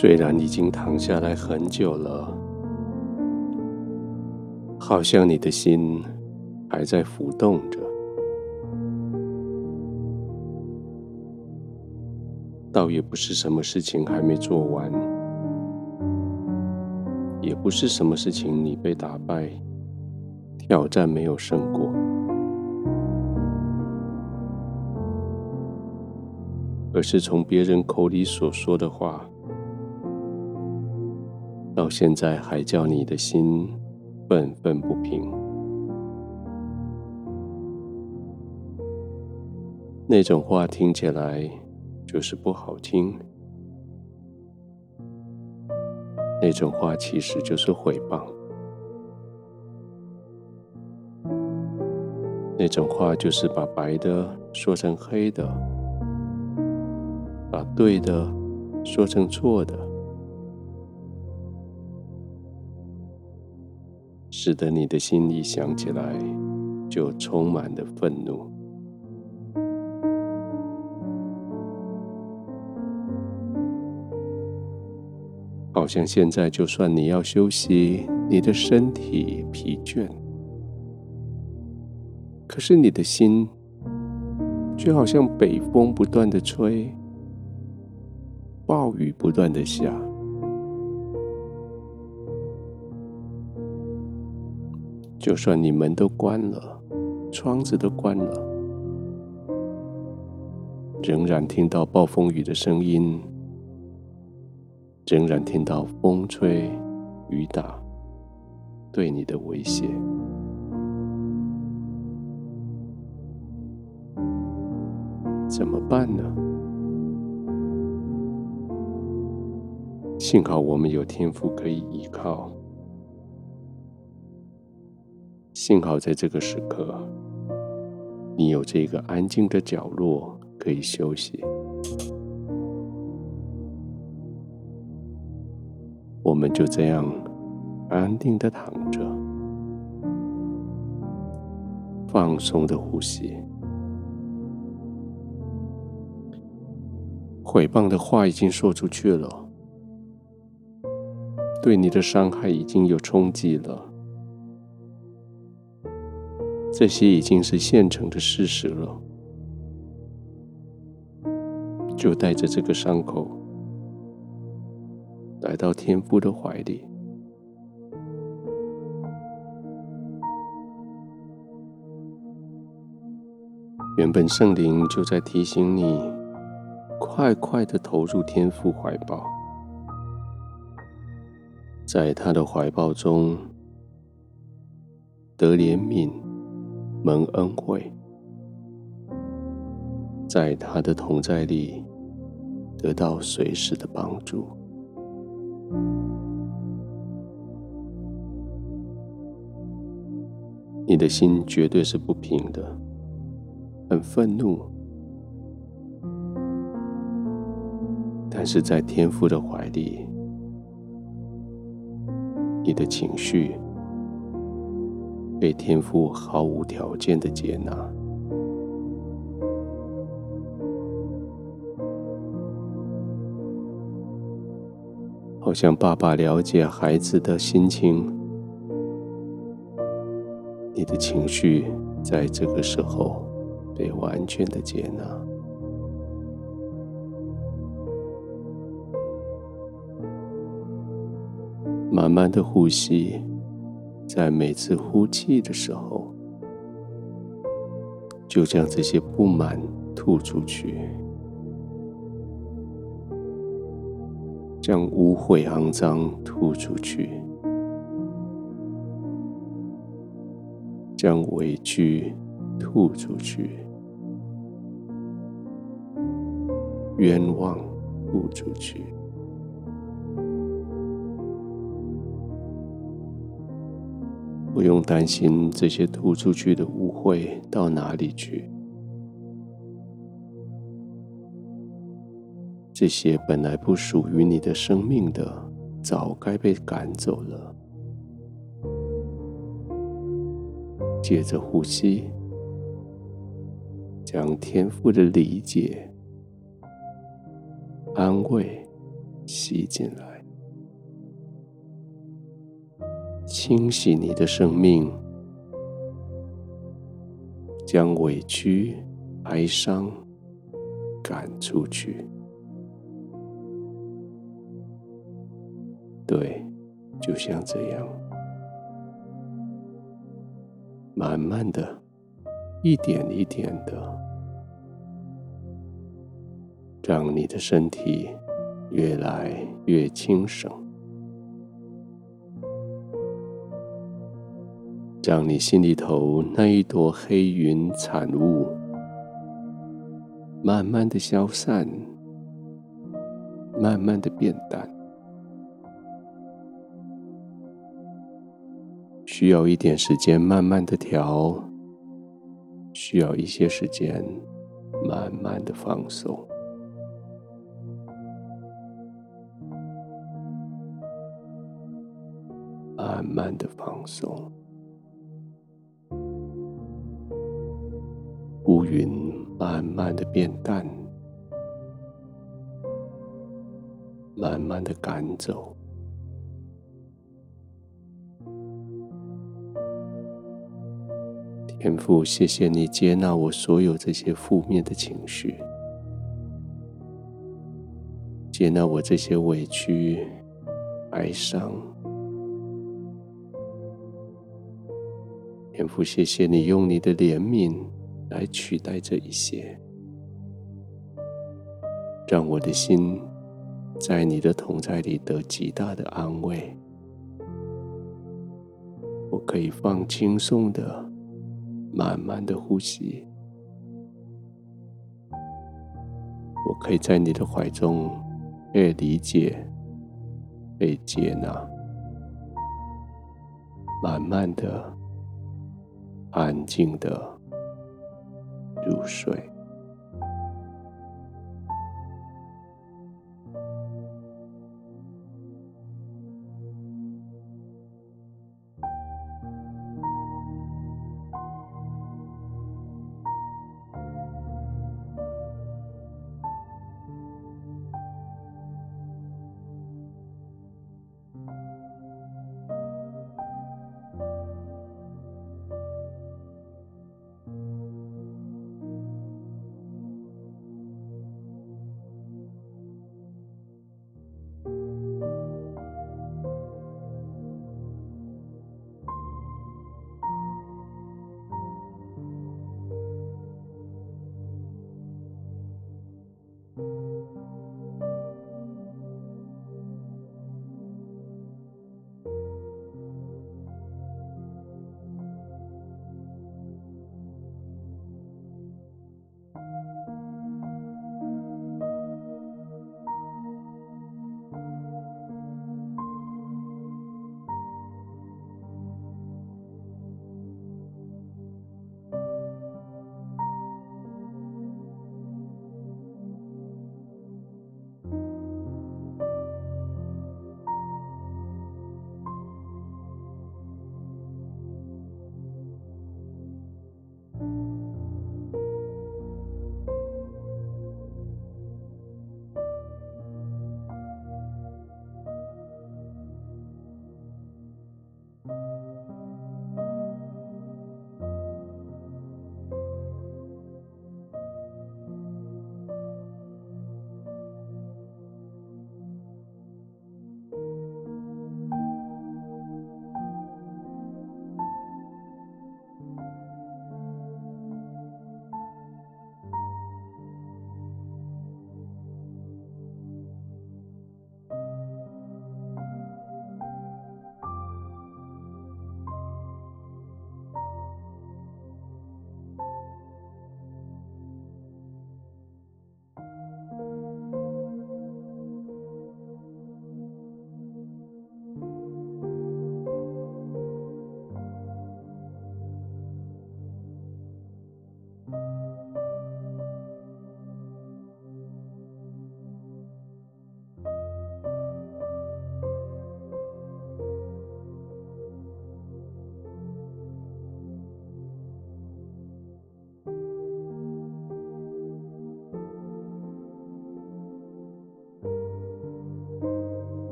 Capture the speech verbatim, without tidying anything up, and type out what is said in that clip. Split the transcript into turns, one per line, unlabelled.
虽然已经躺下来很久了，好像你的心还在浮动着，倒也不是什么事情还没做完，也不是什么事情你被打败，挑战没有胜过，而是从别人口里所说的话，到现在还叫你的心愤愤不平。那种话听起来就是不好听，那种话其实就是毁谤，那种话就是把白的说成黑的，把对的说成错的，使得你的心一想起来就充满了愤怒。好像现在就算你要休息，你的身体疲倦，可是你的心却好像北风不断的吹，暴雨不断的下。就算你门都关了，窗子都关了，仍然听到暴风雨的声音，仍然听到风吹雨打对你的威胁。怎么办呢？幸好我们有天父可以依靠，幸好在这个时刻，你有这个安静的角落可以休息。我们就这样安定的躺着，放松的呼吸。毁谤的话已经说出去了，对你的伤害已经有冲击了，这些已经是现成的事实了。就带着这个伤口来到天父的怀里，原本圣灵就在提醒你，快快地投入天父怀抱，在他的怀抱中得怜悯，蒙恩惠，在他的同在里得到随时的帮助。你的心绝对是不平的，很愤怒，但是在天父的怀里，你的情绪被天父毫无条件的接纳。好像爸爸了解孩子的心情，你的情绪在这个时候被完全的接纳。慢慢的呼吸，在每次呼气的时候，就将这些不满吐出去，将污秽肮脏吐出去，将委屈吐出去，冤枉吐出去。不用担心这些吐出去的污秽到哪里去，这些本来不属于你的生命的，早该被赶走了。接着呼吸，将天父的理解、安慰吸进来，清洗你的生命，将委屈、哀伤赶出去。对，就像这样，慢慢的，一点一点的，让你的身体越来越轻省，让你心里头那一朵黑云惨雾慢慢的消散，慢慢的变淡。需要一点时间慢慢的调，需要一些时间慢慢的放松。慢慢的放松，乌云慢慢的变淡，慢慢的赶走。天父，谢谢你接纳我所有这些负面的情绪，接纳我这些委屈、哀伤。天父，谢谢你用你的怜悯来取代这一些，让我的心在你的同在里得极大的安慰。我可以放轻松的，慢慢的呼吸。我可以在你的怀中被理解、被接纳，慢慢的、安静的入睡。